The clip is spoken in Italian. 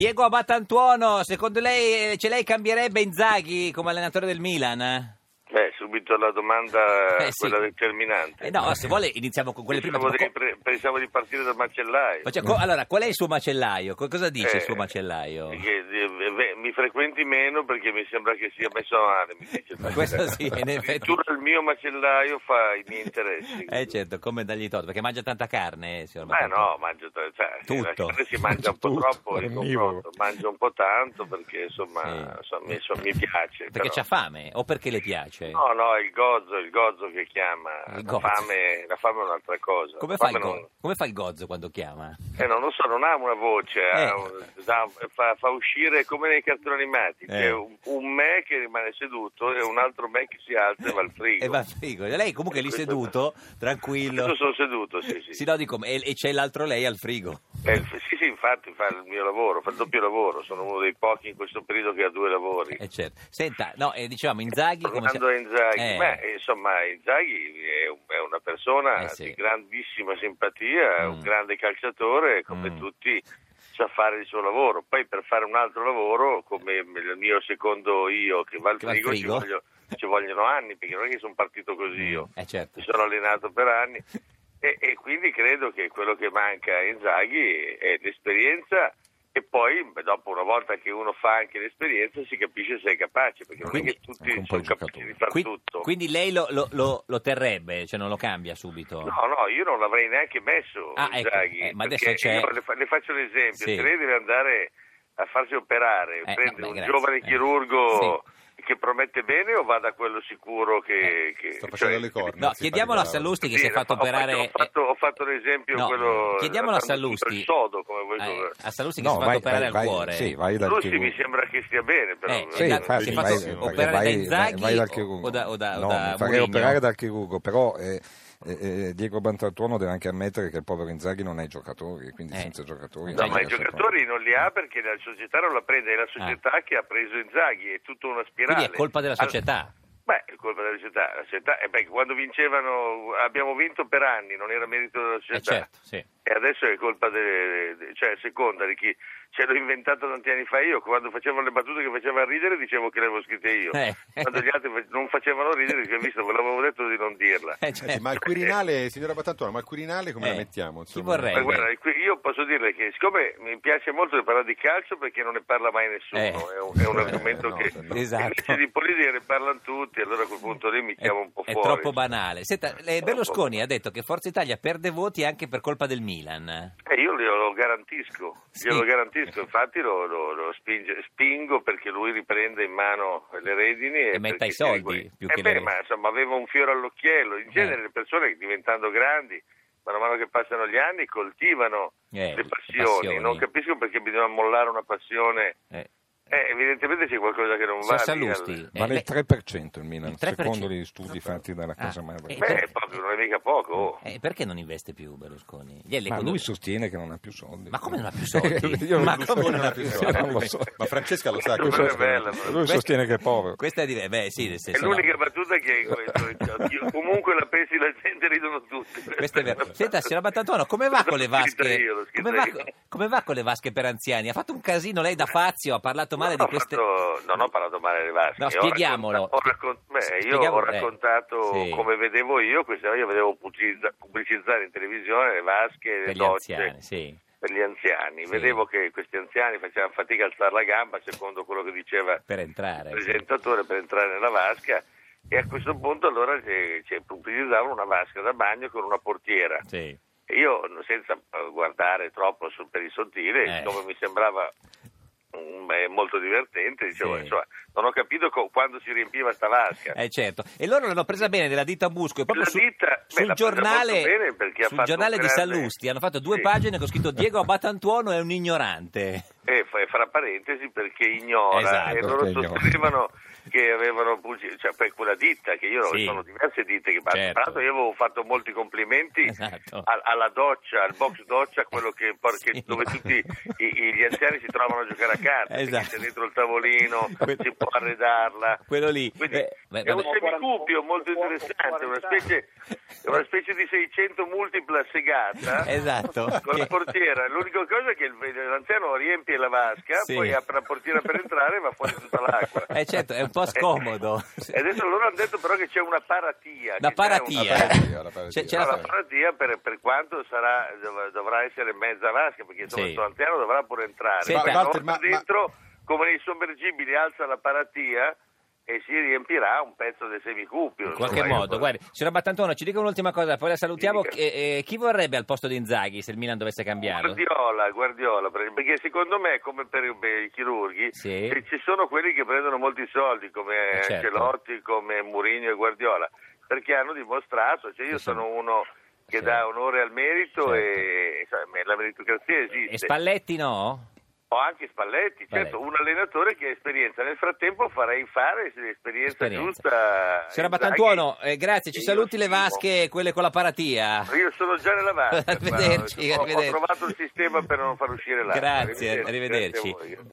Diego Abatantuono, secondo lei lei cambierebbe Inzaghi come allenatore del Milan? Subito la domanda, quella determinante. No, se vuole iniziamo con quelle prime. Pensavo di partire dal macellaio. Allora, qual è il suo macellaio? Cosa dice il suo macellaio? Mi frequenti meno perché mi sembra che sia messo male, mi dice. Questo sì, in effetti. Il mio macellaio fa i miei interessi. Certo, come dargli torto, perché mangia tanta carne, signor no, mangio tutto. La carne si mangia un po' troppo in confronto, mangio un po' tanto perché insomma mi piace. Perché c'ha fame o perché le piace? No, il gozzo che chiama. La fame è un'altra cosa. Come fa il gozzo quando chiama? Non lo so, non ha una voce, fa uscire come nei cartoni animati. C'è un me che rimane seduto e un altro me che si alza e va al frigo. E va al frigo. E lei comunque lì seduto, tranquillo. Io sono seduto, sì. Sì, no, dico, e c'è l'altro lei al frigo. Sì, infatti fa il mio lavoro, fa il doppio lavoro. Sono uno dei pochi in questo periodo che ha due lavori. Certo. Senta, dicevamo Inzaghi. Inzaghi è una persona di grandissima simpatia, un grande calciatore, come tutti sa fare il suo lavoro. Poi per fare un altro lavoro, come il mio secondo io che va al frigo. Ci vogliono anni, perché non è che sono partito così io. Certo. Mi sono allenato per anni e quindi credo che quello che manca a Inzaghi è l'esperienza. E poi, dopo una volta che uno fa anche l'esperienza, si capisce se è capace, perché non è che tutti sono capaci di fare tutto. Quindi lei lo terrebbe, cioè non lo cambia subito? No, io non l'avrei neanche messo Inzaghi, ma adesso c'è. Io le faccio l'esempio, se lei deve andare a farsi operare, prende un giovane chirurgo che promette bene o va da quello sicuro che sta facendo le corna? No, chiediamolo a Sallusti che si è fatto operare. Ho fatto l'esempio quello. Chiediamolo a Sallusti. Il sodo, come vuoi a Sallusti che si è fatto operare al cuore. Sì, vai dal Sallusti chirurgo. mi sembra che stia bene, però. Si è fatto operare da Inzaghi vai dal chirurgo. o da mi farei operare dal chirurgo, però Diego Abatantuono deve anche ammettere che il povero Inzaghi non ha i giocatori, quindi senza giocatori. No, ma i giocatori non li ha perché la società non la prende, è la società che ha preso Inzaghi, è tutta una spirale. Quindi è colpa della società. È colpa della società. La società quando vincevano, abbiamo vinto per anni, non era merito della società. Certo, sì. E adesso è colpa seconda di chi ce l'ho inventato tanti anni fa io. Quando facevano le battute che facevano ridere dicevo che le avevo scritte io. Quando gli altri non facevano ridere dicevo, visto, ve l'avevo detto di non dirla. Ma il Quirinale, signora Abatantuono, come la mettiamo? Chi vorrebbe? Ma guarda, io posso dirle che siccome mi piace molto di parlare di calcio perché non ne parla mai nessuno, è un argomento che invece di politica ne parlano tutti, allora a quel punto lì mi chiamo un po' fuori. È troppo banale. Senta, Berlusconi ha detto che Forza Italia perde voti anche per colpa del Milan. Io lo garantisco, infatti lo spingo perché lui riprenda in mano le redini e metta i soldi più che ma insomma aveva un fiore all'occhiello. In genere le persone diventando grandi, man mano che passano gli anni, coltivano le passioni. Non capisco perché bisogna mollare una passione. Evidentemente c'è qualcosa che non va. Vale il 3% il Milan, secondo gli studi fatti dalla Casa Madre. Non è mica poco. Perché non investe più Berlusconi? Lui sostiene che non ha più soldi. Ma come non ha più soldi? Io non ha più soldi? Non lo so. Ma Francesca lo sa. Lui sostiene che è povero. Questa è nel senso, è l'unica battuta che comunque la pensi la gente, ridono tutti. Questo è vero. Senta, signora Abatantuono, come va con le vasche? Come va con le vasche per anziani? Ha fatto un casino lei da Fazio, ha parlato male di queste. Non ho parlato male delle vasche. No, spieghiamolo. Io ho raccontato come vedevo io vedevo pubblicizzare in televisione le vasche, le docce per gli anziani. Vedevo che questi anziani facevano fatica a alzare la gamba, secondo quello che diceva il presentatore, per entrare nella vasca. E a questo punto allora pubblicizzavano una vasca da bagno con una portiera. E io, senza guardare troppo per il sottile, come mi sembrava molto divertente, dicevo, non ho capito quando si riempiva sta vasca. Certo. E loro l'hanno presa bene della ditta Busco e proprio sul giornale di Sallusti hanno fatto 2 pagine con scritto Diego Abatantuono è un ignorante. Fra parentesi perché ignora, e loro sostenevano che avevano cioè per quella ditta, che io sono diverse ditte che certo. Io avevo fatto molti complimenti alla doccia, al box doccia, quello che dove tutti gli anziani si trovano a giocare a carte, c'è dentro il tavolino, si può arredarla. Quello lì. Quindi, è un semicupio molto interessante, una specie di 600 multipla segata con la portiera. L'unica cosa è che l'anziano riempie la vasca, poi apre la portiera per entrare e va fuori tutta l'acqua. Certo, è un po' scomodo. E adesso loro hanno detto però che c'è una paratia. La paratia per quanto dovrà essere mezza vasca, perché insomma questo anziano dovrà pure entrare. Dentro, come nei sommergibili, alza la paratia e si riempirà un pezzo del semicupio. In qualche modo, guardi, signora Battantuono, ci dica un'ultima cosa, poi la salutiamo. Chi vorrebbe al posto di Inzaghi se il Milan dovesse cambiarlo? Guardiola, perché secondo me, come per i chirurghi, ci sono quelli che prendono molti soldi, come Ancelotti, come Mourinho e Guardiola, perché hanno dimostrato, io sono uno che dà onore al merito e la meritocrazia esiste. E Spalletti no? Ho anche Spalletti, certo, un allenatore che ha esperienza. Nel frattempo farei fare l'esperienza giusta. Signora Battantuono, grazie, ci saluti le vasche, quelle con la paratia. Io sono già nella vasca. Arrivederci. Ho trovato il sistema per non far uscire l'acqua. Grazie, arrivederci.